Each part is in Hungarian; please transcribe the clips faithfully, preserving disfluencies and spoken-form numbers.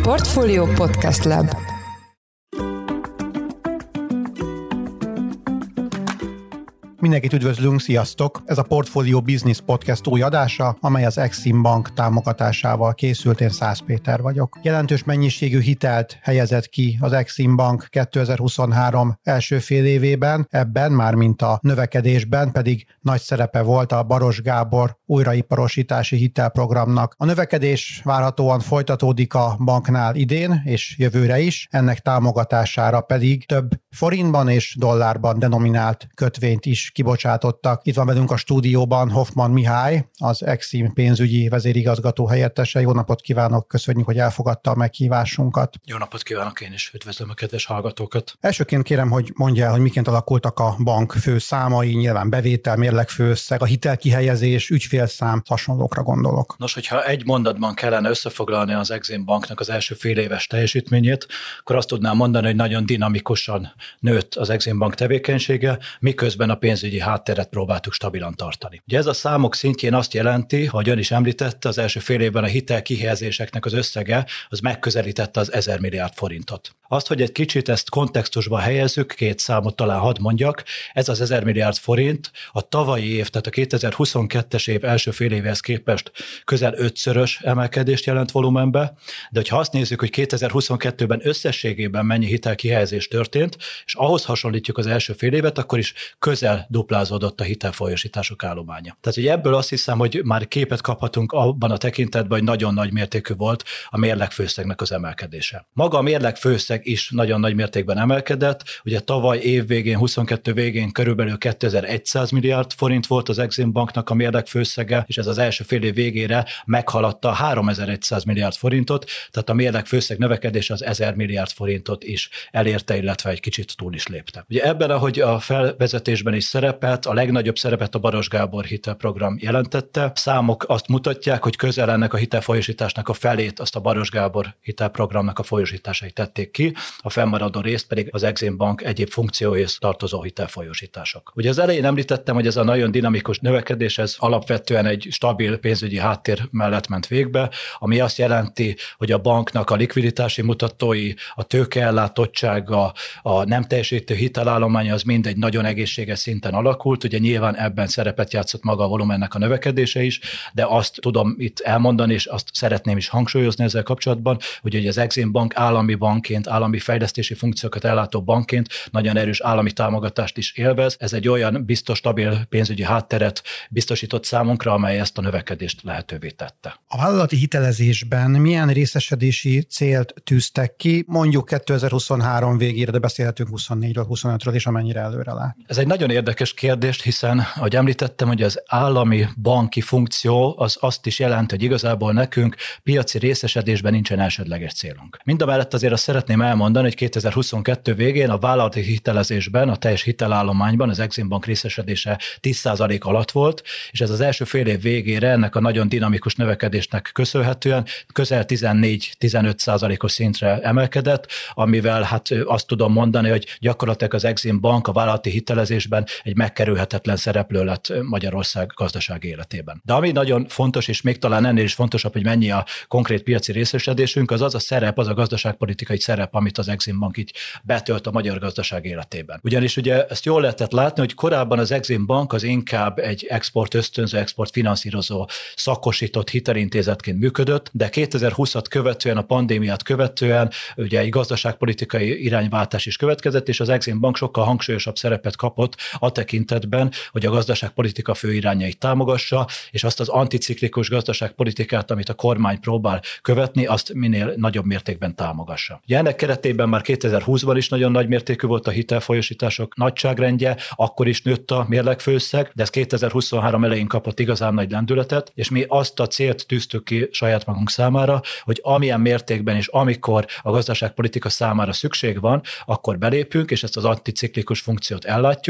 Portfolio Podcast Lab. Mindenkit üdvözlünk, sziasztok! Ez a Portfolio Business Podcast új adása, amely az Exim Bank támogatásával készült, én Szász Péter vagyok. Jelentős mennyiségű hitelt helyezett ki az Exim Bank kétezer-huszonhárom első fél évében, ebben már mint a növekedésben pedig nagy szerepe volt a Baross Gábor újraiparosítási hitelprogramnak. A növekedés várhatóan folytatódik a banknál idén és jövőre is, ennek támogatására pedig több forintban és dollárban denominált kötvényt is kibocsátottak. Itt van velünk a stúdióban Hoffmann Mihály, az Exim pénzügyi vezérigazgató helyettese. Jó napot kívánok, köszönjük, hogy elfogadta a meghívásunkat. Jó napot kívánok, én is üdvözlöm a kedves hallgatókat. Elsőként kérem, hogy mondja el, hogy miként alakultak a bank fő számai, nyilván bevétel, mérlegfőösszeg, a hitelkihelyezés, ügyfélszám, hasonlókra gondolok. Nos, hogyha egy mondatban kellene összefoglalni az Exim Banknak az első fél éves teljesítményét, akkor azt tudnám mondani, hogy nagyon dinamikusan nőtt az Exim Bank tevékenysége, miközben a pénzügyi hátteret próbáltuk stabilan tartani. Ugye ez a számok szintjén azt jelenti, hogy ön is említette, az első fél évben a hitelkihelyezéseknek az összege az megközelítette az ezer milliárd forintot. Azt, hogy egy kicsit ezt kontextusba helyezzük, két számot talán hadd mondjak, ez az ezer milliárd forint a tavalyi év, tehát a kétezer-huszonkettes év első fél évéhez képest közel ötszörös emelkedést jelent volumenbe, de hogyha azt nézzük, hogy kétezer-huszonkettőben összességében mennyi hitelkihelyezés történt, és ahhoz hasonlítjuk az első fél évet, akkor is közel duplázódott a hitelfolyósítások állománya. Tehát ugye ebből azt hiszem, hogy már képet kaphatunk abban a tekintetben, hogy nagyon nagy mértékű volt a mérlegfőösszegnek az emelkedése. Maga a mérlegfőösszeg is nagyon nagy mértékben emelkedett. Ugye tavaly év végén, huszonkettő végén körülbelül kétezer-száz milliárd forint volt az Exim Banknak a mérlegfőösszege, és ez az első fél év végére meghaladta háromezer-száz milliárd forintot, tehát a mérlegfőösszeg növekedése az ezer milliárd forintot is elérte, illetve egy kicsit túl is lépte. Ugye ebben, ahogy a felvezetésben is szerepelt, a legnagyobb szerepet a Baross Gábor hitelprogram jelentette. Számok azt mutatják, hogy közel ennek a hitelfolyósításnak a felét azt a Baross Gábor hitelprogramnak a folyósításai tették ki, a fennmaradó részt pedig az Exim Bank egyéb funkcióihoz tartozó hitelfolyósítások. Ugye az elején említettem, hogy ez a nagyon dinamikus növekedés, ez alapvetően egy stabil pénzügyi háttér mellett ment végbe, ami azt jelenti, hogy a banknak a likviditási mutatói, a tőkeellátottsága, a nem teljesítő hitelállománya az mind egy nagyon egészséges szinten alakult, ugye nyilván ebben szerepet játszott maga a volumennek a növekedése is, de azt tudom itt elmondani, és azt szeretném is hangsúlyozni ezzel kapcsolatban, hogy ugye az Exim Bank állami bankként, állami fejlesztési funkciókat ellátó bankként nagyon erős állami támogatást is élvez. Ez egy olyan biztos, stabil pénzügyi hátteret biztosított számunkra, amely ezt a növekedést lehetővé tette. A vállalati hitelezésben milyen részesedési célt tűztek ki, mondjuk kétezer-huszonhárom végére, de beszélhetünk huszonnégyről, huszonötről is, amennyire előre lát? Ez egy nagyon érdekes kérdés, hiszen, ahogy említettem, hogy az állami banki funkció az azt is jelenti, hogy igazából nekünk piaci részesedésben nincsen elsődleges célunk. Mindamellett azért azt szeretném elmondani, hogy kétezer-huszonkettő végén a vállalati hitelezésben, a teljes hitelállományban az Exim Bank részesedése tíz százalék alatt volt, és ez az első fél év végére ennek a nagyon dinamikus növekedésnek köszönhetően közel tizennégy-tizenöt százalékos szintre emelkedett, amivel hát azt tudom mondani, hogy gyakorlatilag az Exim Bank a vállalati hitelezésben egy megkerülhetetlen szereplő lett Magyarország gazdasági életében. De ami nagyon fontos, és még talán ennél is fontosabb, hogy mennyi a konkrét piaci részesedésünk, az az a szerep, az a gazdaságpolitikai szerep, amit az Exim Bank így betölt a magyar gazdaság életében. Ugyanis ugye ezt jól lehetett látni, hogy korábban az Exim Bank az inkább egy export ösztönző, export finanszírozó, szakosított hitelintézetként működött, de kétezer-húszat követően, a pandémiát követően ugye egy gazdaságpolitikai irányváltás is következett, és az Exim Bank sokkal hangsúlyosabb szerepet kapott a tekintetben, hogy a gazdaságpolitika fő irányait támogassa, és azt az anticiklikus gazdaságpolitikát, amit a kormány próbál követni, azt minél nagyobb mértékben támogassa. Ugye ennek keretében már kétezer-húszban is nagyon nagy mértékű volt a hitelfolyósítások nagyságrendje, akkor is nőtt a mérlegfőösszeg, de ez kétezer-huszonhárom elején kapott igazán nagy lendületet, és mi azt a célt tűztük ki saját magunk számára, hogy amilyen mértékben és amikor a gazdaságpolitika számára szükség van, akkor belépünk, és ezt az anticiklikus funkciót ellátjuk,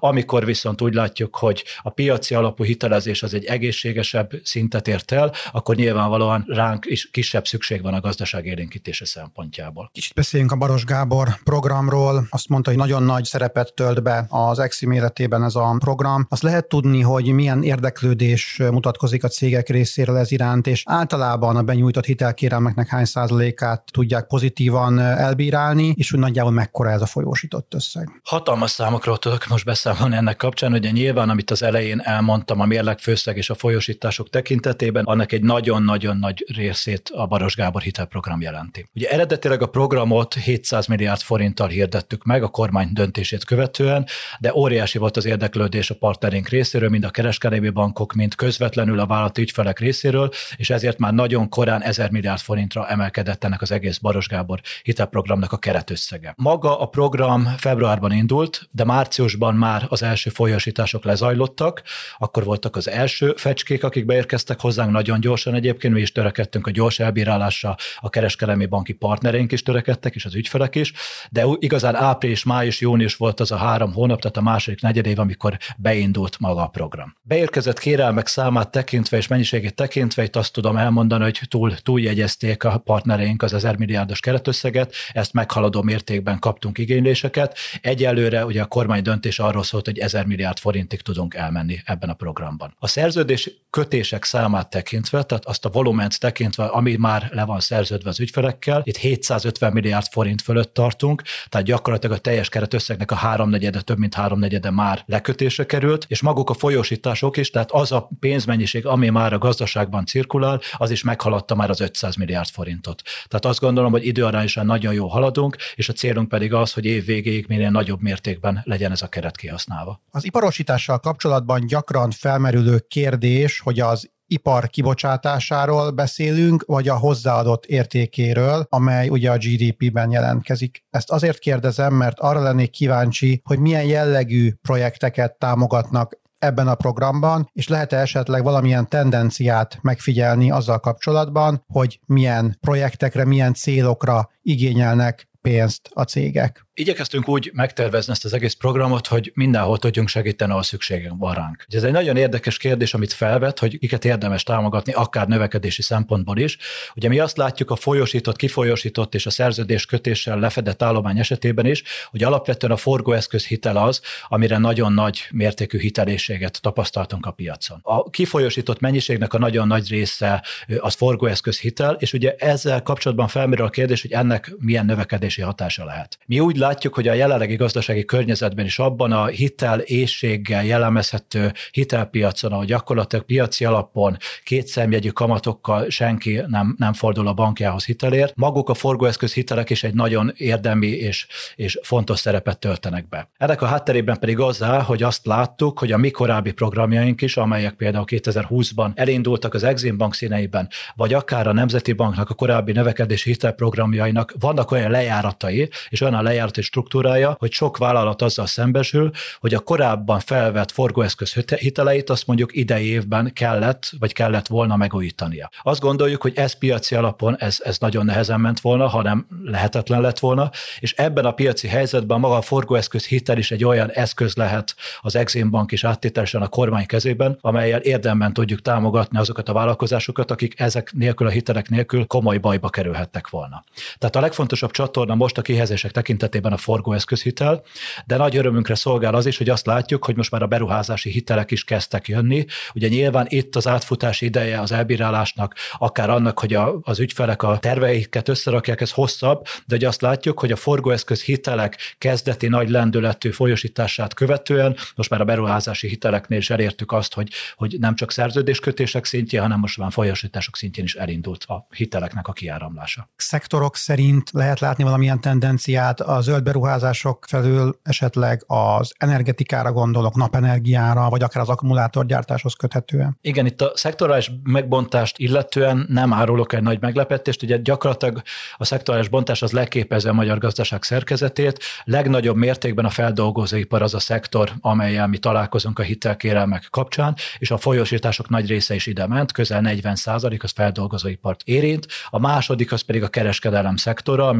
Amikor viszont úgy látjuk, hogy a piaci alapú hitelezés az egy egészségesebb szintet ért el, akkor nyilvánvalóan ránk is kisebb szükség van a gazdaság élénkítése szempontjából. Kicsit beszéljünk a Baros Gábor programról. Azt mondta, hogy nagyon nagy szerepet tölt be az Exim életében ez a program. Azt lehet tudni, hogy milyen érdeklődés mutatkozik a cégek részéről ez iránt, és általában a benyújtott hitelkérelmeknek hány százalékát tudják pozitívan elbírálni, és úgy nagyjából mekkora ez a folyósított összeg? Hatalmas számokról tudok most beszámolni ennek kapcsán, ugye nyilván, amit az elején elmondtam, a mérleg főszeg és a folyósítások tekintetében, annak egy nagyon-nagyon nagy részét a Baros Gábor hitelprogram jelenti. Ugye eredetileg a programot hétszáz milliárd forinttal hirdettük meg a kormány döntését követően, de óriási volt az érdeklődés a partnereink részéről, mind a kereskedelmi bankok, mind közvetlenül a vállalati ügyfelek részéről, és ezért már nagyon korán ezer milliárd forintra emelkedett ennek az egész Baros Gábor hitelprogramnak a keretösszege. Maga a program februárban indult, de márciusban már az első folyósítások lezajlottak, akkor voltak az első fecskék, akik beérkeztek hozzánk nagyon gyorsan egyébként, mi is törekedtünk a gyors elbírálásra, a kereskedelmi banki partnereink is törekedtek, és az ügyfelek is, de igazán április, május, június volt az a három hónap, tehát a második negyedév, amikor beindult maga a program. Beérkezett kérelmek számát tekintve és mennyiségét tekintve, itt azt tudom elmondani, hogy túl, túljegyezték a partnereink az ezer milliárdos keretösszeget, ezt meghaladó mértékben kaptunk igényléseket. Egyelőre ugye a kormány döntés arról szólt, hogy ezer milliárd forintig tudunk elmenni ebben a programban. A szerződés kötések számát tekintve, tehát azt a volument tekintve, ami már le van szerződve az ügyfelekkel, itt hétszázötven milliárd forint fölött tartunk, tehát gyakorlatilag a teljes keretösszegnek a háromnegyede, több mint háromnegyede már lekötésre került, és maguk a folyósítások is, tehát az a pénzmennyiség, ami már a gazdaságban cirkulál, az is meghaladta már az ötszáz milliárd forintot. Tehát azt gondolom, hogy időarányosan nagyon jól haladunk, és a célunk pedig az, hogy év végéig minél nagyobb mértékben legyen ez a keret kihasználva. Az iparosítással kapcsolatban gyakran felmerülő kérdés, hogy az ipar kibocsátásáról beszélünk, vagy a hozzáadott értékéről, amely ugye a gé dé pében jelentkezik. Ezt azért kérdezem, mert arra lennék kíváncsi, hogy milyen jellegű projekteket támogatnak ebben a programban, és lehet-e esetleg valamilyen tendenciát megfigyelni azzal kapcsolatban, hogy milyen projektekre, milyen célokra igényelnek pénzt a cégek. Igyekeztünk úgy megtervezni ezt az egész programot, hogy mindenhol tudjunk segíteni, ahol szükségünk van ránk. Ez egy nagyon érdekes kérdés, amit felvet, hogy kiket érdemes támogatni, akár növekedési szempontból is. Ugye mi azt látjuk a folyósított, kifolyósított és a szerződés kötéssel lefedett állomány esetében is, hogy alapvetően a forgóeszköz hitel az, amire nagyon nagy mértékű hiteléséget tapasztaltunk a piacon. A kifolyósított mennyiségnek a nagyon nagy része az forgóeszköz hitel, és ugye ezzel kapcsolatban felmerül a kérdés, hogy ennek milyen növekedési hatása lehet. Mi úgy látjuk, hogy a jelenlegi gazdasági környezetben is abban a hitel éhséggel jellemezhető hitelpiacon, ahol gyakorlatilag piaci alapon kétszemjegyű kamatokkal senki nem, nem fordul a bankjához hitelért, maguk a forgóeszköz hitelek is egy nagyon érdemi és, és fontos szerepet töltenek be. Ennek a hátterében pedig az áll, hogy azt láttuk, hogy a mi korábbi programjaink is, amelyek például kétezer-húszban elindultak az Exim Bank színeiben, vagy akár a Nemzeti Banknak a korábbi növekedési hitelprogramjainak vannak olyan lejáratai, és olyan a lejárati struktúrája, hogy sok vállalat azzal szembesül, hogy a korábban felvett forgóeszköz hiteleit azt mondjuk idei évben kellett, vagy kellett volna megújítania. Azt gondoljuk, hogy ez piaci alapon ez, ez nagyon nehezen ment volna, hanem lehetetlen lett volna, és ebben a piaci helyzetben maga a forgóeszköz hitel is egy olyan eszköz lehet az Exim Bank is áttételesen a kormány kezében, amellyel érdemben tudjuk támogatni azokat a vállalkozásokat, akik ezek nélkül a hitelek nélkül komoly bajba kerülhettek volna. Tehát a legfontosabb csatorna most a kihelyezések tekintetében a forgóeszközhitel, de nagy örömünkre szolgál az is, hogy azt látjuk, hogy most már a beruházási hitelek is kezdtek jönni. Ugye nyilván itt az átfutási ideje az elbírálásnak, akár annak, hogy a, az ügyfelek a terveiket összerakják, ez hosszabb, de hogy azt látjuk, hogy a forgóeszköz hitelek kezdeti nagy lendületű folyosítását követően most már a beruházási hiteleknél is elértük azt, hogy, hogy nem csak szerződéskötések szintjén, hanem most már folyosítások szintjén is elindult a hiteleknek a kiáramlása. Szektorok szerint lehet látni valamilyen tendenciát a zöld beruházások felül, esetleg az energetikára gondolok, napenergiára, vagy akár az akkumulátorgyártáshoz köthetően? Igen, itt a szektorális megbontást illetően nem árulok egy nagy meglepetést, ugye gyakorlatilag a szektorális bontás az leképezi a magyar gazdaság szerkezetét, legnagyobb mértékben a feldolgozóipar az a szektor, amellyel mi találkozunk a hitelkérelmek kapcsán, és a folyósítások nagy része is ide ment, közel negyven százalék az feldolgozóipart érint, a második az pedig a kereskedelem szektora, ami még ilyen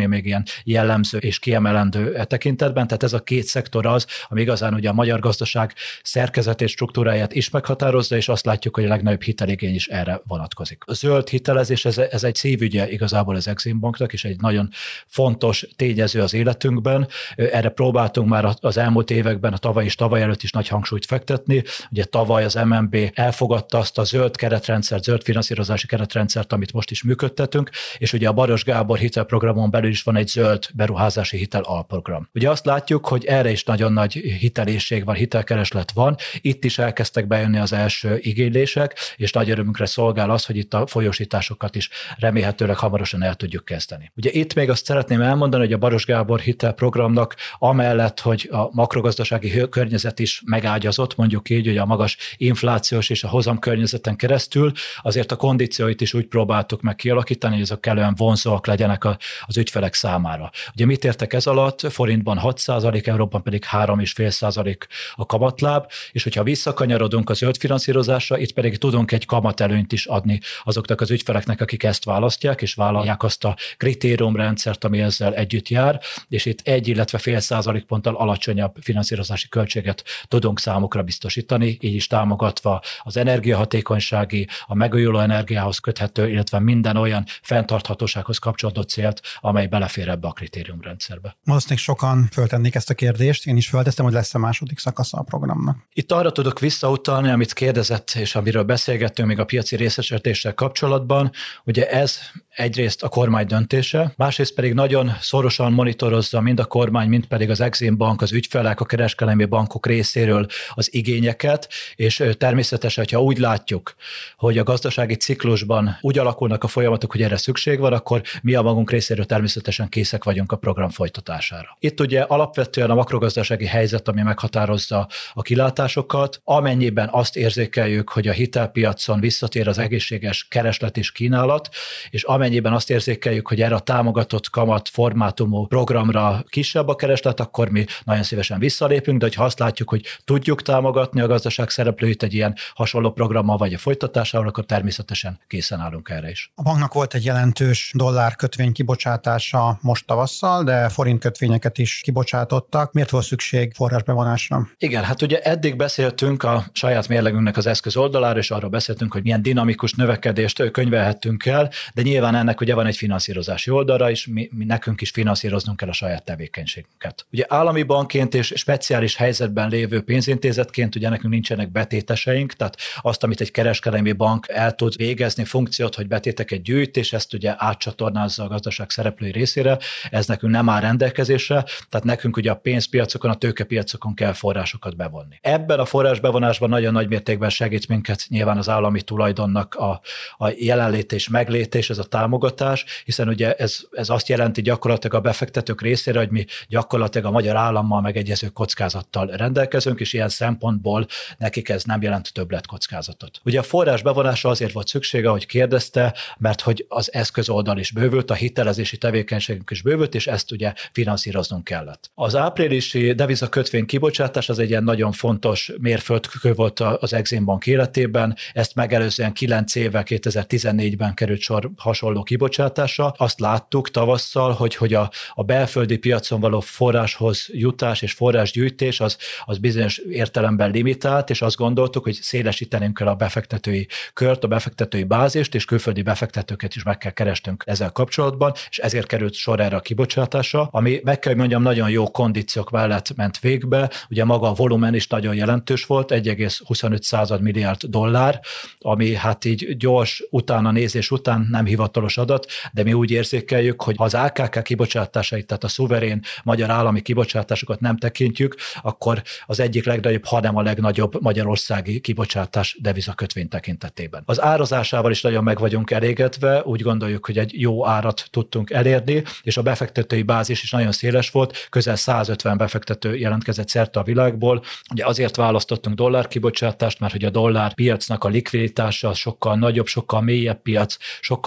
jellemző és kiemelendő e tekintetben. Tehát ez a két szektor az, ami igazán ugye a magyar gazdaság szerkezetét, struktúráját is meghatározza, és azt látjuk, hogy a legnagyobb hiteligény is erre vonatkozik. A zöld hitelezés, ez, ez egy szívügye igazából az Exim Banknak, és egy nagyon fontos tényező az életünkben. Erre próbáltunk már az elmúlt években, a tavaly és tavaly előtt is nagy hangsúlyt fektetni. Ugye tavaly az em en bé elfogadta azt a zöld keretrendszert, zöld finanszírozási keretrendszert, amit most is működtetünk, és ugye a Baros Gábor hitelprogramon belül is van egy zöld beruházási hitel alprogram. Ugye azt látjuk, hogy erre is nagyon nagy hitelésség van, hitelkereslet van. Itt is elkezdtek bejönni az első igénylések, és nagy örömünkre szolgál az, hogy itt a folyósításokat is remélhetőleg hamarosan el tudjuk kezdeni. Ugye itt még azt szeretném elmondani, hogy a Baros Gábor hitelprogramnak amellett, hogy a makrogazdasági környezet is megágyazott, mondjuk így, hogy a magas inflációs és a hozam környezeten keresztül, azért a kondícióit is úgy próbáltuk meg kialakítani, hogy azok kellően vonzóak legyenek az ügyfelek számára. Ugye mit értek ez alatt? Forintban hat százalék, euróban pedig három egész öt százalék a kamatláb, és hogyha visszakanyarodunk a zöld finanszírozásra, itt pedig tudunk egy kamatelőnyt is adni azoknak az ügyfeleknek, akik ezt választják, és vállalják azt a kritériumrendszert, ami ezzel együtt jár, és itt egy, illetve fél százalékponttal alacsonyabb finanszírozási költséget tudunk számukra biztosítani, így is támogatva az energiahatékonysági, a megújuló energiához köthető, illetve minden olyan fenntarthatósághoz kapcsolódó célt, amely belefér ebbe a kritériumrendszerbe. Valószínűleg sokan föltennék ezt a kérdést, én is fölteszem, hogy lesz a második szakasza a programnak. Itt arra tudok visszautalni, amit kérdezett, és amiről beszélgettünk még a piaci részesedéssel kapcsolatban. Ugye ez egyrészt a kormány döntése, másrészt pedig nagyon szorosan monitorozza mind a kormány, mind pedig az Exim Bank, az ügyfelek, a kereskedelmi bankok részéről az igényeket, és természetesen, hogyha úgy látjuk, hogy a gazdasági ciklusban úgy alakulnak a folyamatok, hogy erre szükség van, akkor mi a magunk részéről természetesen készek vagyunk a program folytatására. Itt ugye alapvetően a makrogazdasági helyzet, ami meghatározza a kilátásokat, amennyiben azt érzékeljük, hogy a hitelpiacon visszatér az egészséges kereslet és kínálat, és amennyiben azt érzékeljük, hogy erre a támogatott kamat formátumú programra kisebb a kereslet, akkor mi nagyon szívesen visszalépünk, de ha azt látjuk, hogy tudjuk támogatni a gazdaság szereplőit egy ilyen hasonló programmal vagy a folytatásával, akkor természetesen készen állunk erre is. A banknak volt egy jelentős dollár kötvény kibocsátása most tavasszal, de forint kötvényeket is kibocsátottak. Miért volt szükség forrásbevonásra? Igen, hát ugye eddig beszéltünk a saját mérlegünknek az eszköz oldalára, és arról beszéltünk, hogy milyen dinamikus növekedést könyvelhettünk el, de nyilván ennek ugye van egy finanszírozási oldala, és mi, mi nekünk is finanszíroznunk kell a saját tevékenységünket. Ugye állami bankként és speciális helyzetben lévő pénzintézetként ugye nekünk nincsenek betéteseink, tehát azt, amit egy kereskedelmi bank el tud végezni funkciót, hogy betéteket gyűjt, és ezt ugye átcsatornázza a gazdaság szereplői részére, ez nekünk nem áll rendelkezésre, tehát nekünk ugye a pénzpiacokon, a tőkepiacokon kell forrásokat bevonni. Ebben a forrásbevonásban nagyon nagy mértékben segít minket nyilván az állami tulajdonnak a, a jelenléte és megléte, és ez a támogatás, hiszen ugye ez, ez azt jelenti gyakorlatilag a befektetők részére, hogy mi gyakorlatilag a magyar állammal megegyező kockázattal rendelkezünk, és ilyen szempontból nekik ez nem jelent többletkockázatot. Ugye a forrás bevonása azért volt szüksége, ahogy kérdezte, mert hogy az eszközoldal is bővült, a hitelezési tevékenységünk is bővült, és ezt ugye finanszíroznunk kellett. Az áprilisi devizakötvény kibocsátás az egy ilyen nagyon fontos mérföldkő volt az Exim Bank életében, ezt megelőzően kilenc évvel kétezer-tizennégyben került sor hasonló kibocsátásra. Azt láttuk tavasszal, hogy, hogy a, a belföldi piacon való forráshoz jutás és forrásgyűjtés az, az bizonyos értelemben limitált, és azt gondoltuk, hogy szélesítenünk kell a befektetői kört, a befektetői bázist, és külföldi befektetőket is meg kell keresnünk ezzel kapcsolatban, és ezért került sor erre a kibocsátásra, ami meg kell, hogy mondjam, nagyon jó kondíciók mellett ment végbe. Ugye maga a volumen is nagyon jelentős volt, egy egész huszonöt század milliárd dollár, ami hát így gyors utána nézés után nem hivatalos adat, de mi úgy érzékeljük, hogy ha az á ká ká kibocsátásait, tehát a szuverén magyar állami kibocsátásokat nem tekintjük, akkor az egyik legnagyobb, hanem a legnagyobb magyarországi kibocsátás devizakötvény tekintetében. Az árazásával is nagyon meg vagyunk elégedve, úgy gondoljuk, hogy egy jó árat tudtunk elérni, és a befektetői bázis is nagyon széles volt, közel százötven befektető jelentkezett szerte a világból. Ugye azért választottunk dollárkibocsátást, mert hogy a dollár piacnak a likviditása sokkal nagyobb, sokkal mélyebb piac, sokkal több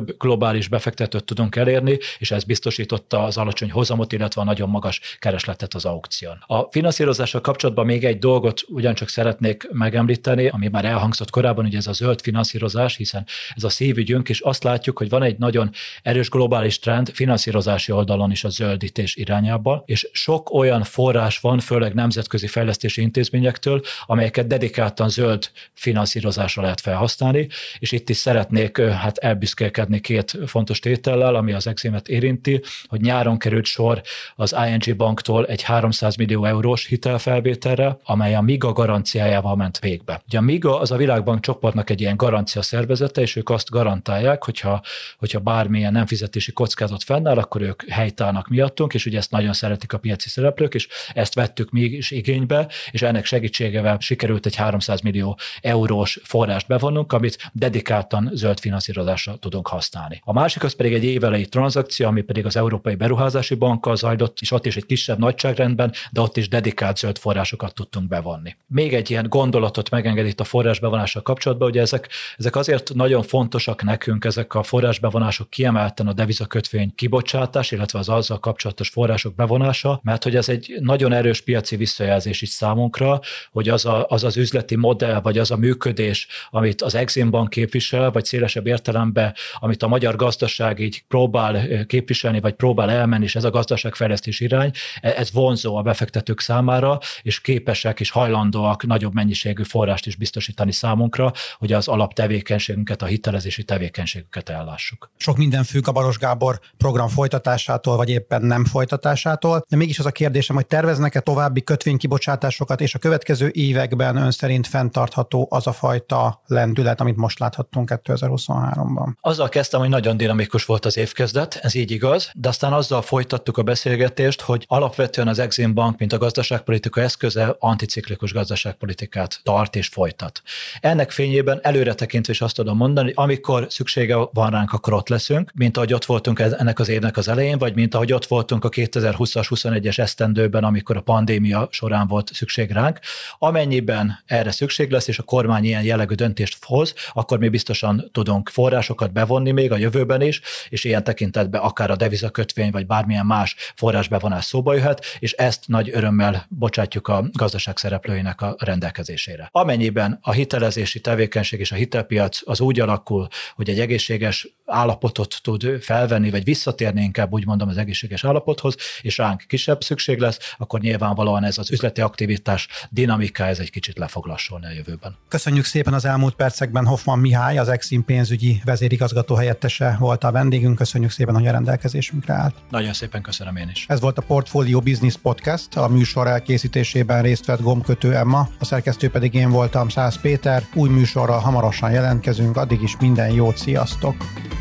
több globális befektetőt tudunk elérni, és ez biztosította az alacsony hozamot, illetve a nagyon magas keresletet az aukción. A finanszírozással kapcsolatban még egy dolgot ugyancsak szeretnék megemlíteni, ami már elhangzott korábban, ugye ez a zöld finanszírozás, hiszen ez a szívügyünk, és azt látjuk, hogy van egy nagyon erős globális trend finanszírozási oldalon is a zöldítés irányába, és sok olyan forrás van, főleg nemzetközi fejlesztési intézményektől, amelyeket dedikáltan zöld finanszírozásra lehet felhasználni, és itt is szeretnék hát elbüszkélkedni két fontos tétellel, ami az Exim-et érinti, hogy nyáron került sor az I N G banktól egy háromszáz millió eurós hitelfelvételre, amely a MIGA garanciájával ment végbe. Ugye a MIGA az a Világbank csoportnak egy ilyen garancia szervezete, és ők azt garantálják, hogyha, hogyha bármilyen nem fizetési kockázat fennáll, akkor ők helytállnak miattunk, és ugye ezt nagyon szeretik a piaci szereplők, és ezt vettük mi is igénybe, és ennek segítségével sikerült egy háromszáz millió eurós forrást bevonnunk, amit dedikáltan zöld finanszírozásra tudunk használni. A másik az pedig egy évelei tranzakció, ami pedig az Európai Beruházási Bankkal zajlott, és ott is egy kisebb nagyságrendben, de ott is dedikált zöld forrásokat tudtunk bevonni. Még egy ilyen gondolatot megenged itt a forrásbevonással kapcsolatban, ugye ezek, ezek azért nagyon fontosak nekünk, ezek a forrásbevonások kiemelten a devizakötvény kibocsátás, illetve az azzal kapcsolatos források bevonása, mert hogy ez egy nagyon erős piaci visszajelzés is számunkra, hogy az, a, az az üzleti modell, vagy az a működés, amit az Exim Bank képvisel, vagy szélesebb értelemben, amit a magyar gazdaság így próbál képviselni, vagy próbál elmenni, és ez a gazdaságfejlesztés irány, ez vonzó a befektetők számára, és képesek és hajlandóak nagyobb mennyiségű forrást is biztosítani számunkra, hogy az alaptevékenységünket, a hitelezési tevékenységüket ellássuk. Sok minden függ a Baros Gábor program folytatásától, vagy éppen nem folytatásától, de mégis az a kérdésem, hogy terveznek-e további kötvénykibocsátásokat, és a következő években ön szerint fenntartható az a fajta lendület, amit most láthattunk kétezer-huszonháromban? Azzal kezdtem, hogy nagyon dinamikus volt az évkezdet, ez így igaz, de aztán azzal folytattuk a beszélgetést, hogy alapvetően az Exim Bank, mint a gazdaságpolitika eszköze, anticiklikus gazdaságpolitikát tart és folytat. Ennek fényében előre tekintve is azt tudom mondani, hogy amikor szüksége van ránk, akkor ott leszünk, mint ahogy ott voltunk ennek az évnek az elején, vagy mint ahogy ott voltunk a kétezer-húszas huszonegyes esztendőben, amikor a pandémia során volt szükség ránk. Amennyiben erre szükség lesz, és a kormány ilyen jellegű döntést hoz, akkor mi biztosan tudunk forrásokat bevonni még a jövőben is, és ilyen tekintetben akár a devizakötvény, vagy bármilyen más forrásbevonás szóba jöhet, és ezt nagy örömmel bocsátjuk a gazdaság szereplőinek a rendelkezésére. Amennyiben a hitelezési tevékenység és a hitelpiac az úgy alakul, hogy egy egészséges állapotot tud felvenni, vagy visszatérni inkább úgy mondom az egészséges állapothoz, és ránk kisebb szükség lesz, akkor nyilvánvalóan ez az üzleti aktivitás dinamika, ez egy kicsit le fog lassulni a jövőben. Köszönjük szépen az elmúlt percekben. Hoffman Mihály, az Exim pénzügyi vezérigazgató helyettese volt a vendégünk. Köszönjük szépen, hogy a rendelkezésünkre állt. Nagyon szépen köszönöm én is. Ez volt a Portfolio Business Podcast, a műsor elkészítésében részt vett Gombkötő Emma, a szerkesztő pedig én voltam, Szász Péter. Új műsorral hamarosan jelentkezünk, addig is minden jót, sziasztok!